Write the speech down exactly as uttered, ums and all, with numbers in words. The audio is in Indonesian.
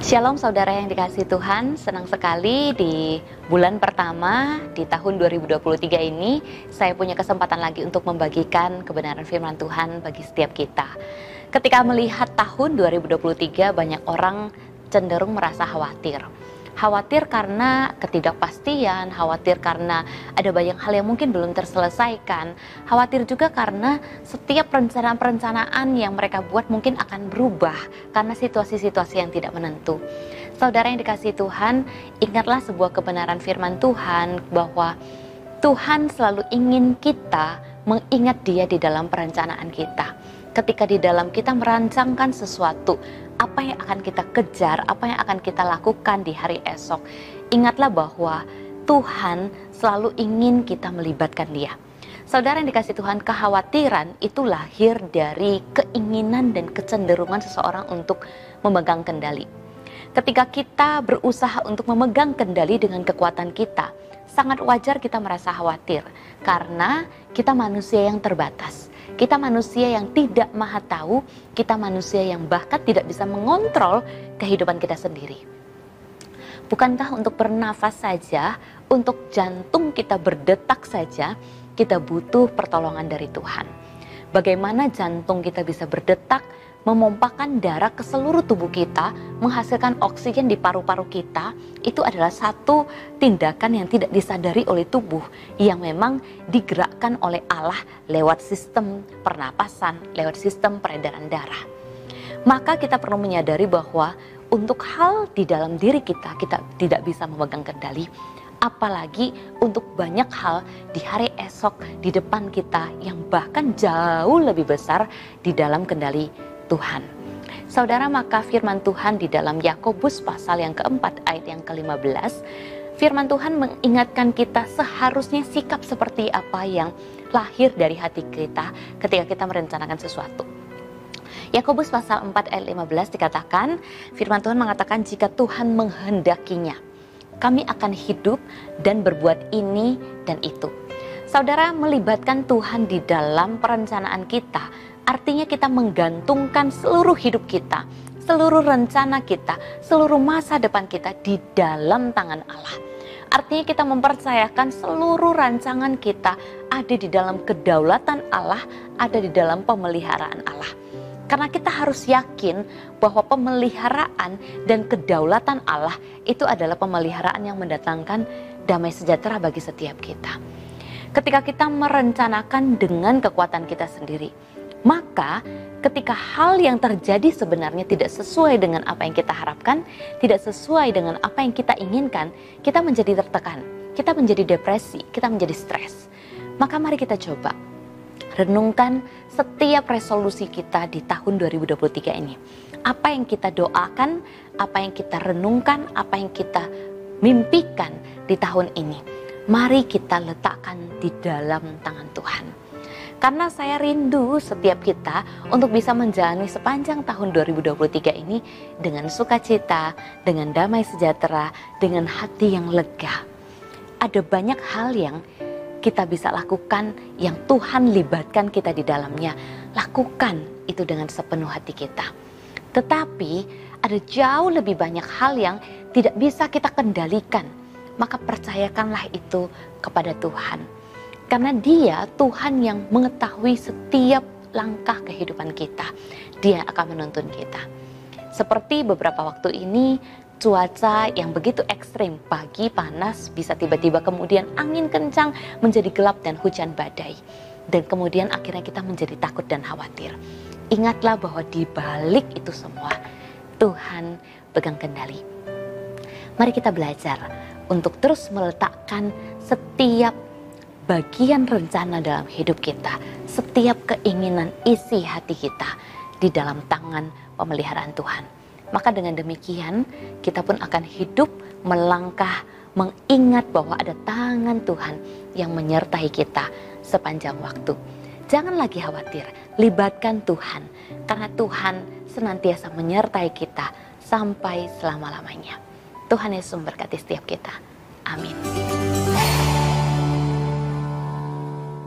Shalom saudara yang dikasihi Tuhan, senang sekali di bulan pertama di tahun dua ribu dua puluh tiga ini saya punya kesempatan lagi untuk membagikan kebenaran firman Tuhan bagi setiap kita. Ketika melihat tahun dua ribu dua puluh tiga, banyak orang cenderung merasa khawatir. Khawatir karena ketidakpastian, khawatir karena ada banyak hal yang mungkin belum terselesaikan, khawatir juga karena setiap perencanaan-perencanaan yang mereka buat mungkin akan berubah karena situasi-situasi yang tidak menentu. Saudara yang dikasihi Tuhan, ingatlah sebuah kebenaran firman Tuhan bahwa Tuhan selalu ingin kita mengingat Dia di dalam perencanaan kita. Ketika di dalam kita merancangkan sesuatu, apa yang akan kita kejar, apa yang akan kita lakukan di hari esok, ingatlah bahwa Tuhan selalu ingin kita melibatkan Dia. Saudara yang dikasihi Tuhan, kekhawatiran itu lahir dari keinginan dan kecenderungan seseorang untuk memegang kendali. Ketika kita berusaha untuk memegang kendali dengan kekuatan kita, sangat wajar kita merasa khawatir karena kita manusia yang terbatas. Kita manusia yang tidak maha tahu, kita manusia yang bahkan tidak bisa mengontrol kehidupan kita sendiri. Bukankah untuk bernafas saja, untuk jantung kita berdetak saja, kita butuh pertolongan dari Tuhan. Bagaimana jantung kita bisa berdetak, memompakan darah ke seluruh tubuh kita, menghasilkan oksigen di paru-paru kita, itu adalah satu tindakan yang tidak disadari oleh tubuh, yang memang digerakkan oleh Allah lewat sistem pernapasan, lewat sistem peredaran darah. Maka kita perlu menyadari bahwa untuk hal di dalam diri kita, kita tidak bisa memegang kendali, apalagi untuk banyak hal di hari esok di depan kita yang bahkan jauh lebih besar di dalam kendali Tuhan. Saudara, maka firman Tuhan di dalam Yakobus pasal yang keempat ayat yang kelima belas, firman Tuhan mengingatkan kita seharusnya sikap seperti apa yang lahir dari hati kita ketika kita merencanakan sesuatu. Yakobus pasal empat ayat lima belas dikatakan, firman Tuhan mengatakan jika Tuhan menghendakinya, kami akan hidup dan berbuat ini dan itu. Saudara, melibatkan Tuhan di dalam perencanaan kita, artinya kita menggantungkan seluruh hidup kita, seluruh rencana kita, seluruh masa depan kita di dalam tangan Allah. Artinya kita mempercayakan seluruh rancangan kita ada di dalam kedaulatan Allah, ada di dalam pemeliharaan Allah. Karena kita harus yakin bahwa pemeliharaan dan kedaulatan Allah itu adalah pemeliharaan yang mendatangkan damai sejahtera bagi setiap kita. Ketika kita merencanakan dengan kekuatan kita sendiri, maka ketika hal yang terjadi sebenarnya tidak sesuai dengan apa yang kita harapkan, tidak sesuai dengan apa yang kita inginkan, kita menjadi tertekan, kita menjadi depresi, kita menjadi stres. Maka mari kita coba renungkan setiap resolusi kita di tahun dua ribu dua puluh tiga ini. Apa yang kita doakan, apa yang kita renungkan, apa yang kita mimpikan di tahun ini, mari kita letakkan di dalam tangan Tuhan. Karena saya rindu setiap kita untuk bisa menjalani sepanjang tahun dua ribu dua puluh tiga ini dengan sukacita, dengan damai sejahtera, dengan hati yang lega. Ada banyak hal yang kita bisa lakukan yang Tuhan libatkan kita di dalamnya. Lakukan itu dengan sepenuh hati kita. Tetapi ada jauh lebih banyak hal yang tidak bisa kita kendalikan. Maka percayakanlah itu kepada Tuhan. Karena Dia Tuhan yang mengetahui setiap langkah kehidupan kita. Dia akan menuntun kita. Seperti beberapa waktu ini, cuaca yang begitu ekstrim, pagi panas, bisa tiba-tiba kemudian angin kencang menjadi gelap dan hujan badai. Dan kemudian akhirnya kita menjadi takut dan khawatir. Ingatlah bahwa di balik itu semua, Tuhan pegang kendali. Mari kita belajar untuk terus meletakkan setiap bagian rencana dalam hidup kita, setiap keinginan isi hati kita di dalam tangan pemeliharaan Tuhan. Maka dengan demikian kita pun akan hidup melangkah mengingat bahwa ada tangan Tuhan yang menyertai kita sepanjang waktu. Jangan lagi khawatir, libatkan Tuhan karena Tuhan senantiasa menyertai kita sampai selama-lamanya. Tuhan Yesus memberkati setiap kita. Amin.